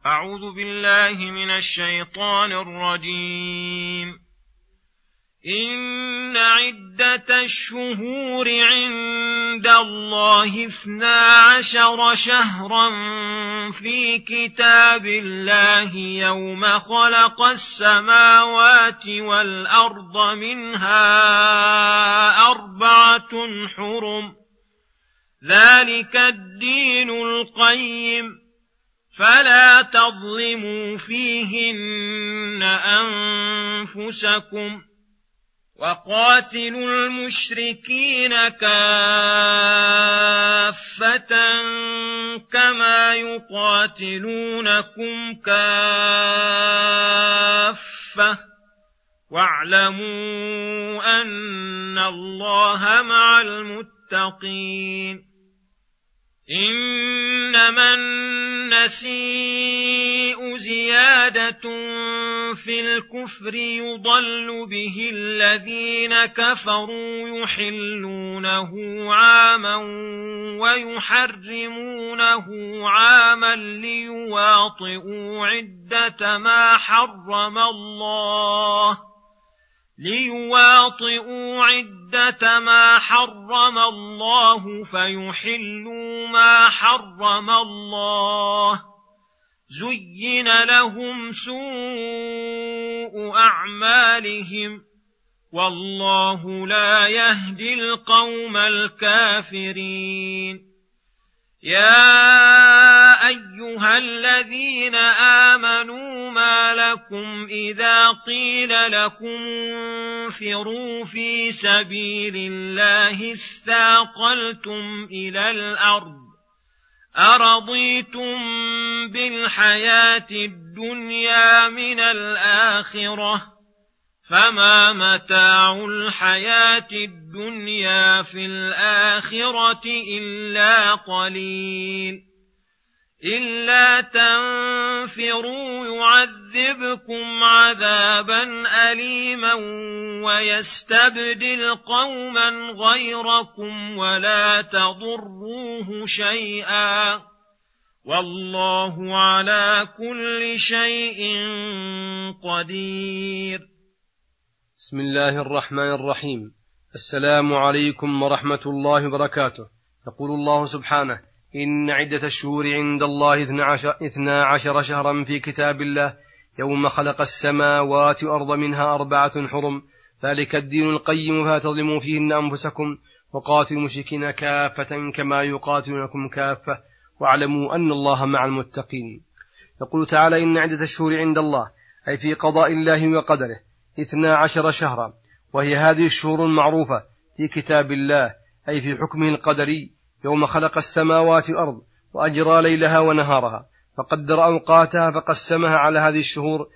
أعوذ بالله من الشيطان الرجيم. إن عدة الشهور عند الله 12 شهرا في كتاب الله يوم خلق السماوات والأرض منها 4 حرم ذلك الدين القيم فلا تظلموا فيهن أنفسكم وقاتلوا المشركين كافة كما يقاتلونكم كافة واعلموا أن الله مع المتقين. إنما النسيء زيادة في الكفر يضل به الذين كفروا يحلونه عاما ويحرمونه عاما ليواطئوا عدة ما حرم الله فيحلوا ما حرم الله. زين لهم سوء أعمالهم والله لا يهدي القوم الكافرين. يا أيها الذين آمنوا ما لكم إذا قيل لكم انفروا في سبيل الله اثاقلتم إلى الأرض أرضيتم بالحياة الدنيا من الآخرة فما متاع الحياة الدنيا في الآخرة إلا قليل. إلا تنفروا يعذبكم عذابا أليما ويستبدل قوما غيركم ولا تضروه شيئا والله على كل شيء قدير. بسم الله الرحمن الرحيم. السلام عليكم ورحمة الله وبركاته. يقول الله سبحانه: إن عدة الشهور عند الله 12 شهرا في كتاب الله يوم خلق السماوات والأرض منها 4 حرم ذلك الدين القيم فلا تظلموا فيهن أنفسكم وقاتلوا المشركين كافة كما يقاتلونكم كافة واعلموا أن الله مع المتقين. يقول تعالى: إن عدة الشهور عند الله أي في قضاء الله وقدره 12 شهرا، وهي هذه الشهور المعروفة في كتاب الله أي في حكمه القدري يوم خلق السماوات والأرض وأجرى ليلها ونهارها فقدر أوقاتها فقسمها على هذه الشهور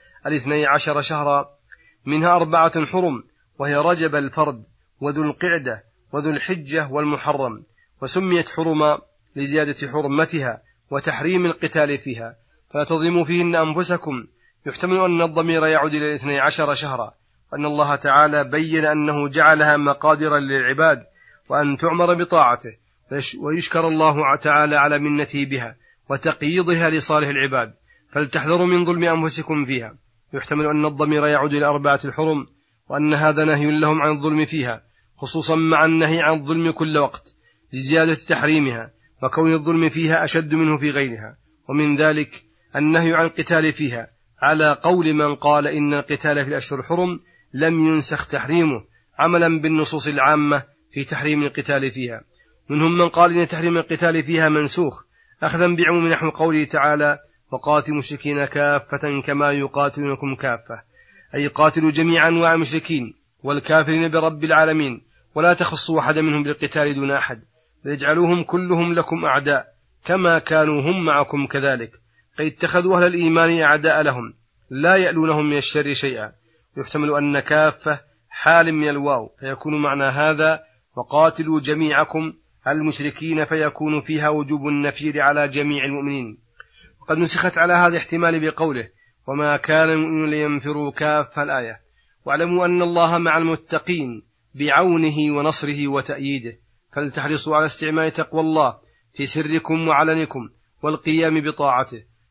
12 شهرا، منها 4 حرم وهي رجب الفرد وذو القعدة وذو الحجة والمحرم، وسميت حرما لزيادة حرمتها وتحريم القتال فيها. فلا تظلموا فيهن أنفسكم. يحتمل أن الضمير يعود إلى 12 شهرا، وأن الله تعالى بين أنه جعلها مقادرا للعباد وأن تعمر بطاعته، ويشكر الله تعالى على منته بها وتقييضها لصالح العباد، فلتحذروا من ظلم أنفسكم فيها. يحتمل أن الضمير يعود إلى 4 الحرم، وأن هذا نهي لهم عن الظلم فيها، خصوصا مع النهي عن الظلم كل وقت لزيادة تحريمها وكون الظلم فيها أشد منه في غيرها. ومن ذلك النهي عن القتال فيها على قول من قال إن القتال في الأشهر الحرم لم ينسخ تحريمه، عملا بالنصوص العامة في تحريم القتال فيها. منهم من قال إن تحريم القتال فيها منسوخ، أخذا بعموم نحو قوله تعالى: وقاتلوا المشركين كافة كما يقاتلونكم كافة، أي قاتلوا جميع أنواع المشركين والكافرين برب العالمين، ولا تخصوا أحد منهم بالقتال دون أحد، ليجعلوهم كلهم لكم أعداء كما كانوا هم معكم كذلك، قد اتخذوا أهل الإيمان أعداء لهم لا يألونهم من الشر شيئا. يحتمل أن كافة حال من الواو فيكون معنى هذا وقاتلوا جميعكم المشركين، فيكون فيها وجوب النفير على جميع المؤمنين. وقد نسخت على هذا احتمال بقوله: وما كان المؤمنون لينفروا كافة الآية. واعلموا أن الله مع المتقين بعونه ونصره وتأييده، فلتحرصوا على استعمال تقوى الله في سركم وعلنكم والقيام بطاعته،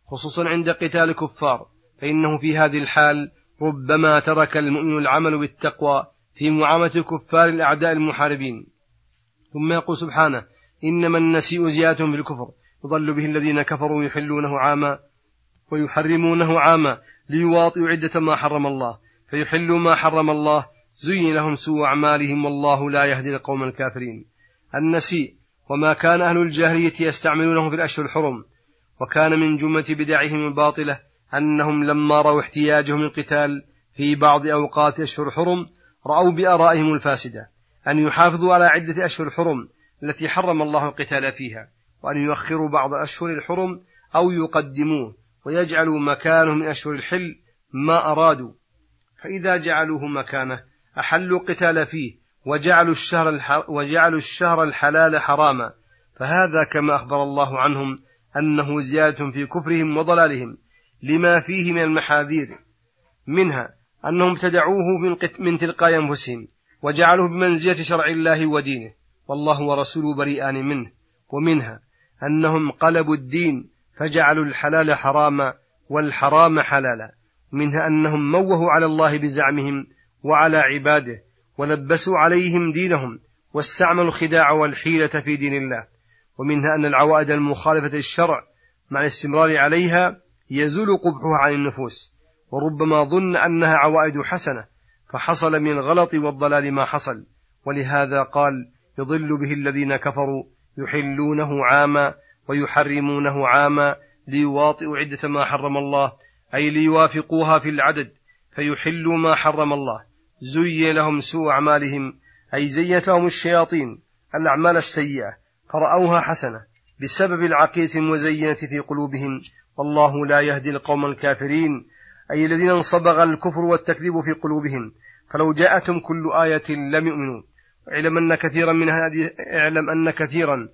خصوصا عند قتال الكفار، فإنه في هذه الحال ربما ترك المؤمن العمل بالتقوى في معاملة الكفار الأعداء المحاربين. ثم يقول سبحانه: إنما النسيء زيادة في الكفر يضل به الذين كفروا يحلونه عاما ويحرمونه عاما ليواطئوا عدة ما حرم الله فيحلوا ما حرم الله زين لهم سوء أعمالهم والله لا يهدي القوم الكافرين. النسيء وما كان أهل الجاهلية يستعملونه في الأشهر الحرم، وكان من جملة بدعهم الباطلة أنهم لما رأوا احتياجهم للقتال في بعض أوقات أشهر الحرم رأوا بآرائهم الفاسدة أن يحافظوا على عدة أشهر الحرم التي حرم الله القتال فيها، وأن يؤخروا بعض أشهر الحرم أو يقدموه ويجعلوا مكانه من أشهر الحل ما أرادوا، فإذا جعلوه مكانه أحلوا القتال فيه وجعلوا الشهر الحلال حراما، فهذا كما أخبر الله عنهم أنه زيادة في كفرهم وضلالهم لما فيه من المحاذير، منها أنهم ابتدعوه من تلقاء أنفسهم وجعلوه بمنزلة شرع الله ودينه والله ورسوله بريئان منه، ومنها أنهم قلبوا الدين فجعلوا الحلال حراما والحرام حلالا، ومنها أنهم موهوا على الله بزعمهم وعلى عباده ولبسوا عليهم دينهم واستعملوا الخداع والحيلة في دين الله، ومنها أن العوائد المخالفة للشرع مع الاستمرار عليها يزول قبحها عن النفوس، وربما ظن أنها عوائد حسنة فحصل من الغلط والضلال ما حصل، ولهذا قال: يضل به الذين كفروا يحلونه عاما ويحرمونه عاما ليواطئوا عدة ما حرم الله، أي ليوافقوها في العدد فيحلوا ما حرم الله. زين لهم سوء أعمالهم، أي زينت لهم الشياطين الأعمال السيئة فرأوها حسنة بسبب العقيدة المزينة في قلوبهم، والله لا يهدي القوم الكافرين، أي الذين انصبغ الكفر والتكذيب في قلوبهم، فلو جاءتهم كل آية لم يؤمنوا. اعلم أن كثيرا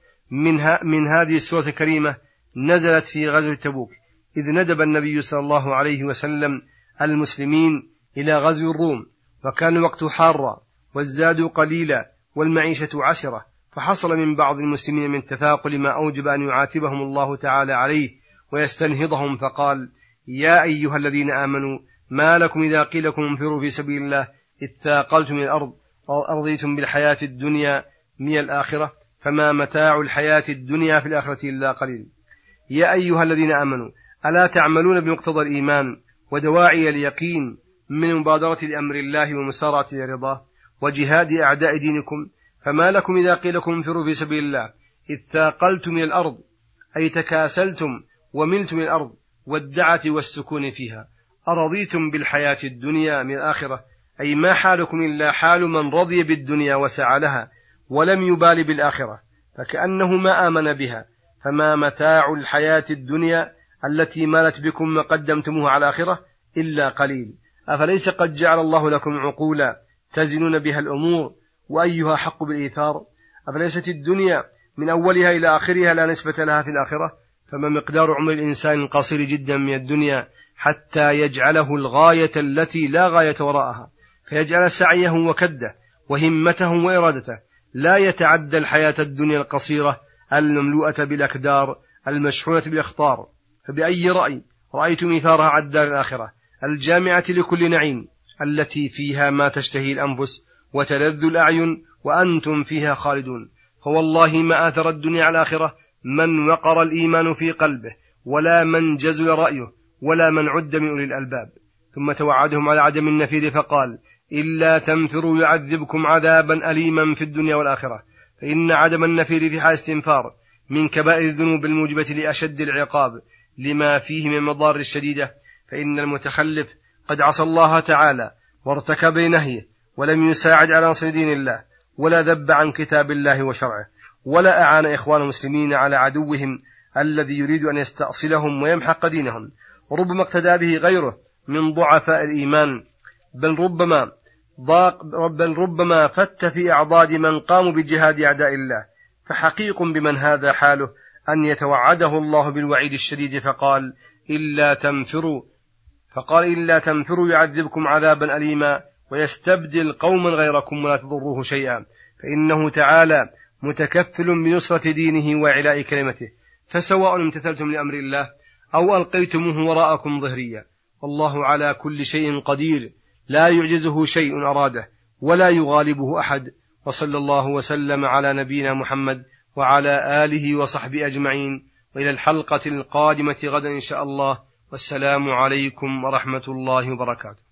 من هذه السورة الكريمة نزلت في غزوة تبوك، إذ ندب النبي صلى الله عليه وسلم المسلمين إلى غزو الروم، وكان الوقت حارا والزاد قليلا والمعيشة عسرة، فحصل من بعض المسلمين من تثاقل ما أوجب أن يعاتبهم الله تعالى عليه ويستنهضهم، فقال: يا أيها الذين آمنوا ما لكم إذا قيل لكم انفروا في سبيل الله اثاقلتم من الأرض أرضيتم بالحياة الدنيا من الآخرة فما متاع الحياة الدنيا في الآخرة إلا قليل. يا أيها الذين آمنوا ألا تعملون بمقتضى الإيمان ودواعي اليقين من مبادرة لأمر الله ومسارعة لرضاه وجهاد أعداء دينكم، فما لكم إذا قيل لكم انفروا في سبيل الله اثاقلتم من الأرض، أي تكاسلتم وملتم من الأرض والدعة والسكون فيها، أرضيتم بالحياة الدنيا من الآخرة، أي ما حالكم إلا حال من رضي بالدنيا وسعى لها ولم يبال بالآخرة، فكأنه ما آمن بها، فما متاع الحياة الدنيا التي مالت بكم وقدمتموها على الآخرة إلا قليل. أفليس قد جعل الله لكم عقولا تزنون بها الأمور وأيها حق بالإيثار؟ أفليست الدنيا من أولها إلى آخرها لا نسبة لها في الآخرة؟ فما مقدار عمر الإنسان القصير جدا من الدنيا حتى يجعله الغاية التي لا غاية وراءها، فيجعل سعيه وكده وهمته وإرادته لا يتعدى الحياة الدنيا القصيرة المملوءة بالأكدار المشحونة بالأخطار. فبأي رأي رأيتم إيثارها على الدار الآخرة الجامعة لكل نعيم التي فيها ما تشتهي الأنفس وتلذ الأعين وأنتم فيها خالدون؟ فوالله ما آثر الدنيا على الآخرة من وقر الإيمان في قلبه ولا من جزل رأيه ولا من عد من أولي الألباب. ثم توعدهم على عدم النفير فقال: إلا تنفروا يعذبكم عذابا أليما في الدنيا والآخرة، فإن عدم النفير في حال استنفار من كبائر الذنوب الموجبة لأشد العقاب لما فيه من المضار الشديدة، فإن المتخلف قد عصى الله تعالى وارتكب نهيه ولم يساعد على نصر دين الله ولا ذب عن كتاب الله وشرعه ولا أعان إخوان المسلمين على عدوهم الذي يريد أن يستأصلهم ويمحق دينهم، وربما اقتدى به غيره من ضعفاء الإيمان، بل ربما فت في أعضاد من قاموا بجهاد أعداء الله. فحقيق بمن هذا حاله أن يتوعده الله بالوعيد الشديد فقال: إلا تنفروا يعذبكم عذابا أليما ويستبدل قوما غيركم ولا تضروه شيئا، فإنه تعالى متكفل بنصرة دينه وإعلاء كلمته، فسواء امتثلتم لأمر الله أو ألقيتموه وراءكم ظهريا، والله على كل شيء قدير، لا يعجزه شيء أراده ولا يغالبه أحد. وصلى الله وسلم على نبينا محمد وعلى آله وصحبه أجمعين، وإلى الحلقة القادمة غدا إن شاء الله، والسلام عليكم ورحمة الله وبركاته.